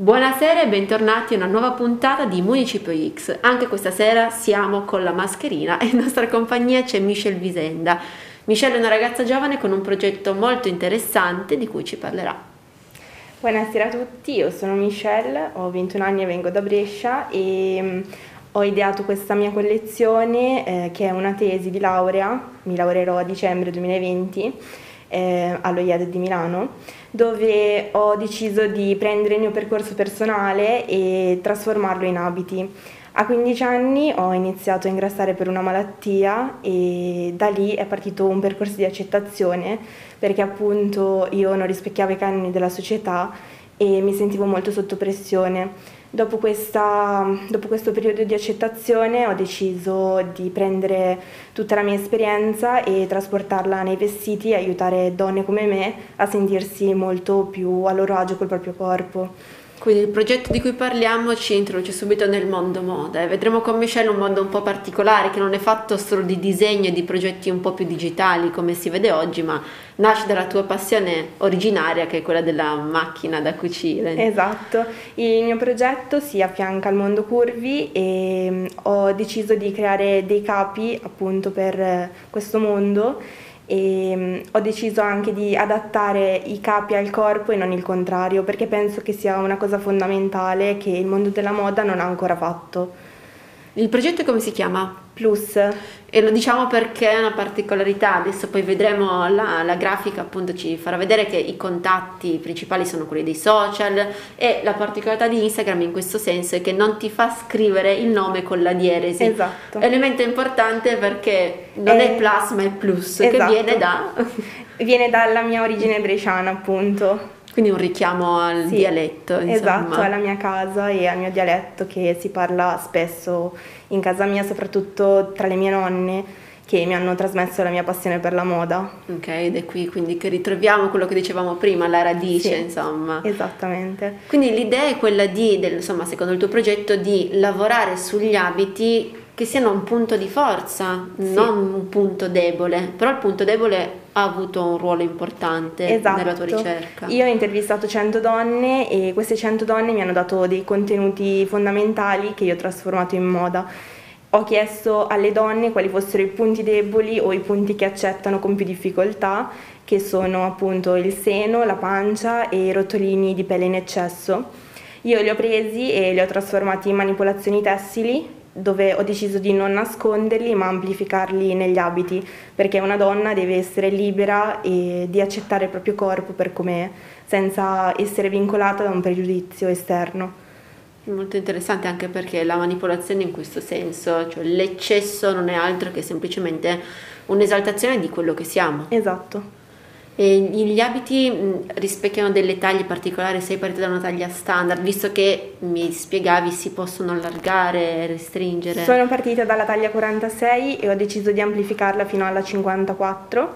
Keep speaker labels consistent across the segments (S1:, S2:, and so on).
S1: Buonasera e bentornati a una nuova puntata di Municipio X. Anche questa sera siamo con la mascherina e in nostra compagnia c'è Michelle Visenda. Michelle è una ragazza giovane con un progetto molto interessante di cui ci parlerà.
S2: Buonasera a tutti, io sono Michelle, ho 21 anni e vengo da Brescia e ho ideato questa mia collezione che è una tesi di laurea, mi laureerò a dicembre 2020 allo IED di Milano, dove ho deciso di prendere il mio percorso personale e trasformarlo in abiti. A 15 anni ho iniziato a ingrassare per una malattia e da lì è partito un percorso di accettazione perché appunto io non rispecchiavo i canoni della società e mi sentivo molto sotto pressione. Dopo questo periodo di accettazione ho deciso di prendere tutta la mia esperienza e trasportarla nei vestiti e aiutare donne come me a sentirsi molto più a loro agio col proprio corpo.
S1: Quindi il progetto di cui parliamo ci introduce subito nel mondo moda e vedremo con Michelle un mondo un po' particolare che non è fatto solo di disegno e di progetti un po' più digitali come si vede oggi, ma nasce dalla tua passione originaria che è quella della macchina da cucire.
S2: Esatto, il mio progetto si affianca al mondo curvy e ho deciso di creare dei capi appunto per questo mondo e ho deciso anche di adattare i capi al corpo e non il contrario, perché penso che sia una cosa fondamentale che il mondo della moda non ha ancora fatto.
S1: Il progetto come si chiama?
S2: Plus.
S1: E lo diciamo perché è una particolarità, adesso poi vedremo la grafica, appunto ci farà vedere che i contatti principali sono quelli dei social e la particolarità di Instagram in questo senso è che non ti fa scrivere il nome con la dieresi.
S2: Esatto.
S1: Elemento importante perché non è plus ma è plus,
S2: esatto.
S1: che
S2: viene dalla mia origine bresciana appunto.
S1: Quindi un richiamo al dialetto, insomma.
S2: Esatto, alla mia casa e al mio dialetto che si parla spesso in casa mia, soprattutto tra le mie nonne che mi hanno trasmesso la mia passione per la moda.
S1: Ok, ed è qui quindi che ritroviamo quello che dicevamo prima, la radice,
S2: sì,
S1: insomma.
S2: Esattamente.
S1: Quindi l'idea è quella insomma, secondo il tuo progetto, di lavorare sugli abiti che siano un punto di forza,
S2: sì,
S1: non un punto debole, però il punto debole ha avuto un ruolo importante
S2: esatto.
S1: nella tua ricerca.
S2: Io ho intervistato 100 donne e queste 100 donne mi hanno dato dei contenuti fondamentali che io ho trasformato in moda. Ho chiesto alle donne quali fossero i punti deboli o i punti che accettano con più difficoltà, che sono appunto il seno, la pancia e i rotolini di pelle in eccesso. Io li ho presi e li ho trasformati in manipolazioni tessili, dove ho deciso di non nasconderli ma amplificarli negli abiti, perché una donna deve essere libera e di accettare il proprio corpo per com'è, senza essere vincolata da un pregiudizio esterno.
S1: Molto interessante anche perché la manipolazione in questo senso, cioè l'eccesso non è altro che semplicemente un'esaltazione di quello che siamo.
S2: Esatto.
S1: E gli abiti rispecchiano delle taglie particolari, sei partita da una taglia standard, visto che mi spiegavi si possono allargare, restringere.
S2: Sono partita dalla taglia 46 e ho deciso di amplificarla fino alla 54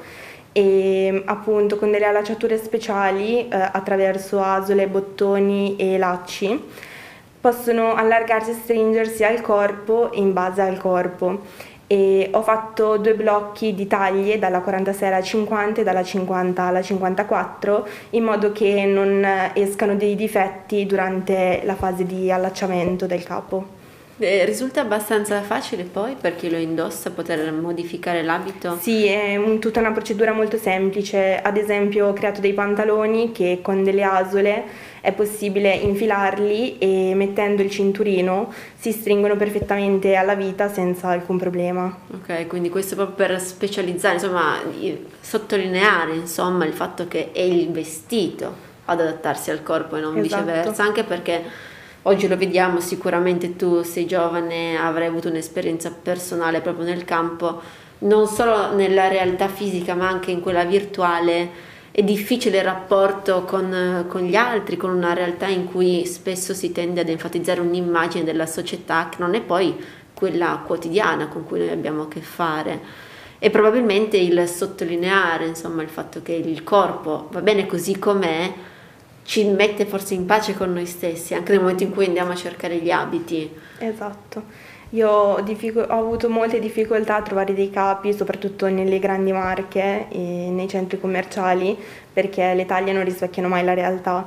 S2: e appunto con delle allacciature speciali attraverso asole, bottoni e lacci possono allargarsi e stringersi al corpo in base al corpo. E ho fatto 2 blocchi di taglie dalla 46 alla 50 e dalla 50 alla 54 in modo che non escano dei difetti durante la fase di allacciamento del capo.
S1: Risulta abbastanza facile poi per chi lo indossa poter modificare l'abito?
S2: Sì, è tutta una procedura molto semplice. Ad esempio ho creato dei pantaloni che con delle asole è possibile infilarli e mettendo il cinturino si stringono perfettamente alla vita senza alcun problema.
S1: Ok, quindi questo proprio per specializzare, insomma, sottolineare insomma il fatto che è il vestito ad adattarsi al corpo e non viceversa, anche perché oggi lo vediamo, sicuramente tu sei giovane, avrai avuto un'esperienza personale proprio nel campo, non solo nella realtà fisica ma anche in quella virtuale. È difficile il rapporto con gli altri, con una realtà in cui spesso si tende ad enfatizzare un'immagine della società che non è poi quella quotidiana con cui noi abbiamo a che fare. E probabilmente il sottolineare, insomma, il fatto che il corpo va bene così com'è ci mette forse in pace con noi stessi, anche nel momento in cui andiamo a cercare gli abiti.
S2: Esatto. Io ho avuto molte difficoltà a trovare dei capi, soprattutto nelle grandi marche e nei centri commerciali, perché le taglie non rispecchiano mai la realtà.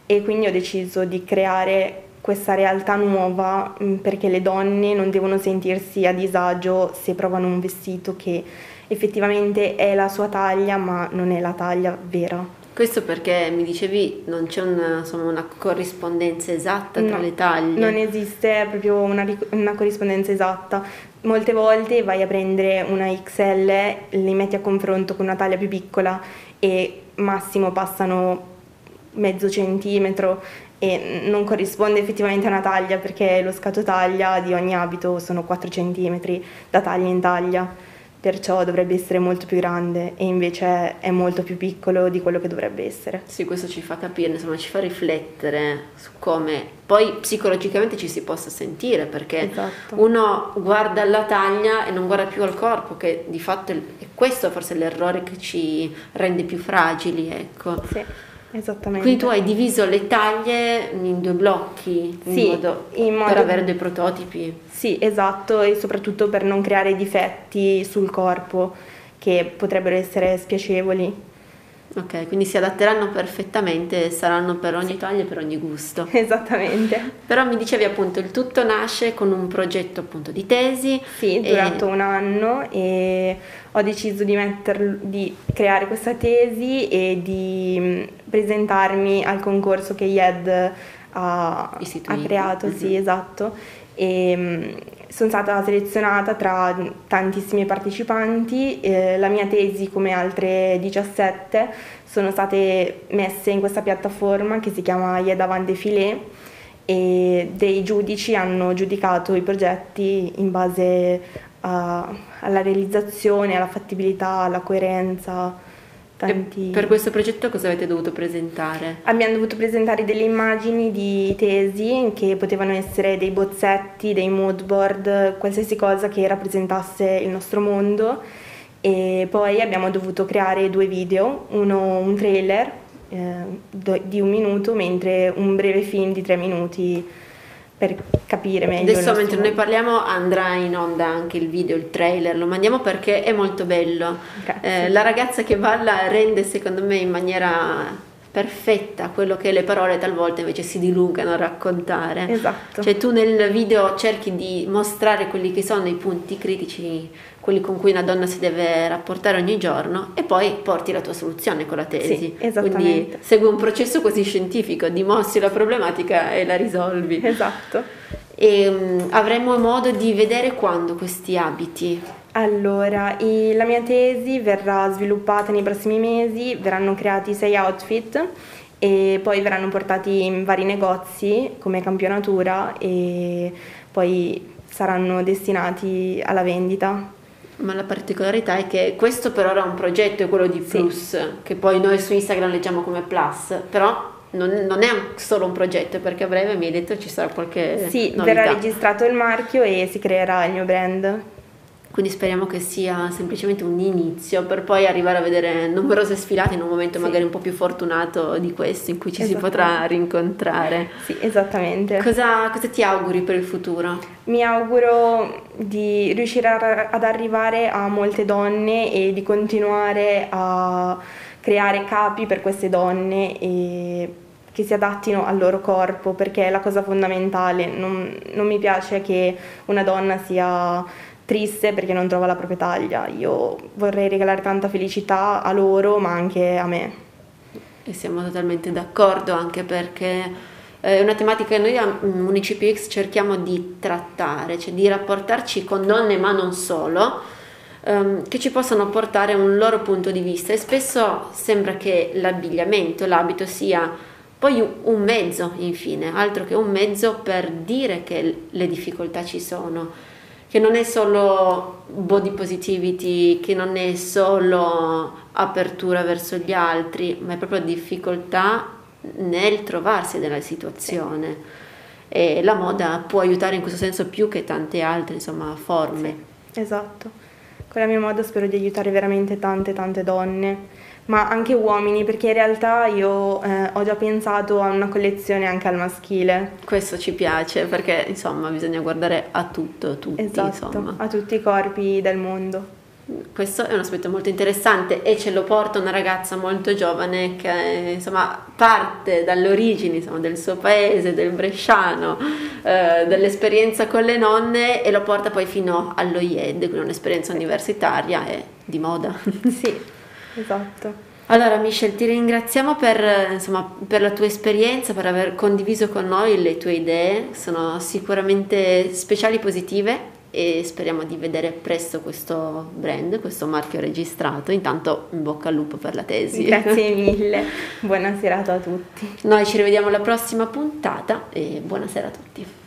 S2: e quindi ho deciso di creare questa realtà nuova, perché le donne non devono sentirsi a disagio se provano un vestito che effettivamente è la sua taglia ma non è la taglia vera.
S1: Questo perché mi dicevi non c'è una corrispondenza esatta tra le taglie.
S2: Non esiste proprio una corrispondenza esatta. Molte volte vai a prendere una XL, li metti a confronto con una taglia più piccola e massimo passano mezzo centimetro e non corrisponde effettivamente a una taglia, perché lo scatotaglia di ogni abito sono 4 centimetri da taglia in taglia. Perciò dovrebbe essere molto più grande e invece è molto più piccolo di quello che dovrebbe essere.
S1: Sì, questo ci fa capire, insomma, ci fa riflettere su come poi psicologicamente ci si possa sentire, perché uno guarda la taglia e non guarda più al corpo, che di fatto è questo forse l'errore che ci rende più fragili, ecco.
S2: Sì. Esattamente.
S1: Quindi tu hai diviso le taglie in 2 blocchi, in modo per avere dei prototipi.
S2: Sì, esatto, e soprattutto per non creare difetti sul corpo che potrebbero essere spiacevoli.
S1: Ok, quindi si adatteranno perfettamente e saranno per ogni taglia e per ogni gusto.
S2: Esattamente.
S1: Però mi dicevi appunto il tutto nasce con un progetto appunto di tesi.
S2: Sì, durato un anno e ho deciso di creare questa tesi e di presentarmi al concorso che IED ha creato, sì, esatto. E sono stata selezionata tra tantissimi partecipanti, la mia tesi come altre 17 sono state messe in questa piattaforma che si chiama IED Avant Défilé e dei giudici hanno giudicato i progetti in base alla realizzazione, alla fattibilità, alla coerenza.
S1: Per questo progetto cosa avete dovuto presentare?
S2: Abbiamo dovuto presentare delle immagini di tesi che potevano essere dei bozzetti, dei moodboard, qualsiasi cosa che rappresentasse il nostro mondo, e poi abbiamo dovuto creare 2 video, uno un trailer di 1 minuto, mentre un breve film di 3 minuti per capire meglio.
S1: Adesso mentre noi parliamo andrà in onda anche il video, il trailer, lo mandiamo perché è molto bello. La ragazza che balla rende secondo me in maniera perfetta quello che le parole talvolta invece si dilungano a raccontare.
S2: Esatto.
S1: Cioè tu nel video cerchi di mostrare quelli che sono i punti critici, quelli con cui una donna si deve rapportare ogni giorno, e poi porti la tua soluzione con la tesi.
S2: Sì, esattamente.
S1: Quindi segui un processo così scientifico, dimostri la problematica e la risolvi.
S2: Esatto.
S1: E avremo modo di vedere quando questi abiti?
S2: Allora, la mia tesi verrà sviluppata nei prossimi mesi, verranno creati 6 outfit e poi verranno portati in vari negozi come campionatura e poi saranno destinati alla vendita.
S1: Ma la particolarità è che questo per ora è un progetto, è quello di Plus, che poi noi su Instagram leggiamo come Plus, però non è solo un progetto, perché a breve mi hai detto ci sarà qualche novità.
S2: Verrà registrato il marchio e si creerà il mio brand.
S1: Quindi speriamo che sia semplicemente un inizio per poi arrivare a vedere numerose sfilate in un momento magari un po' più fortunato di questo, in cui ci si potrà rincontrare.
S2: Sì, esattamente.
S1: Cosa ti auguri per il futuro?
S2: Mi auguro di riuscire ad arrivare a molte donne e di continuare a creare capi per queste donne e che si adattino al loro corpo, perché è la cosa fondamentale. Non mi piace che una donna sia triste perché non trova la propria taglia. Io vorrei regalare tanta felicità a loro, ma anche a me.
S1: E siamo totalmente d'accordo, anche perché è una tematica che noi a MunicipioX cerchiamo di trattare, cioè di rapportarci con donne, ma non solo, che ci possano portare un loro punto di vista, e spesso sembra che l'abbigliamento, l'abito sia poi un mezzo, infine, altro che un mezzo per dire che le difficoltà ci sono, che non è solo body positivity, che non è solo apertura verso gli altri, ma è proprio difficoltà nel trovarsi nella situazione. E la moda può aiutare in questo senso più che tante altre, insomma, forme.
S2: Sì, esatto. Con la mia moda spero di aiutare veramente tante donne, ma anche uomini, perché in realtà io ho già pensato a una collezione anche al maschile.
S1: Questo ci piace, perché insomma bisogna guardare a tutto, tutti,
S2: esatto,
S1: insomma.
S2: A tutti i corpi del mondo.
S1: Questo è un aspetto molto interessante e ce lo porta una ragazza molto giovane che insomma parte dalle origini, insomma, del suo paese, del bresciano, dell'esperienza con le nonne, e lo porta poi fino allo IED, quindi un'esperienza universitaria e di moda.
S2: Sì, esatto.
S1: Allora Michelle, ti ringraziamo per la tua esperienza, per aver condiviso con noi le tue idee, sono sicuramente speciali, positive, e speriamo di vedere presto questo brand, questo marchio registrato. Intanto in bocca al lupo per la tesi.
S2: Grazie mille, buona serata a tutti.
S1: Noi ci rivediamo alla prossima puntata e buonasera a tutti.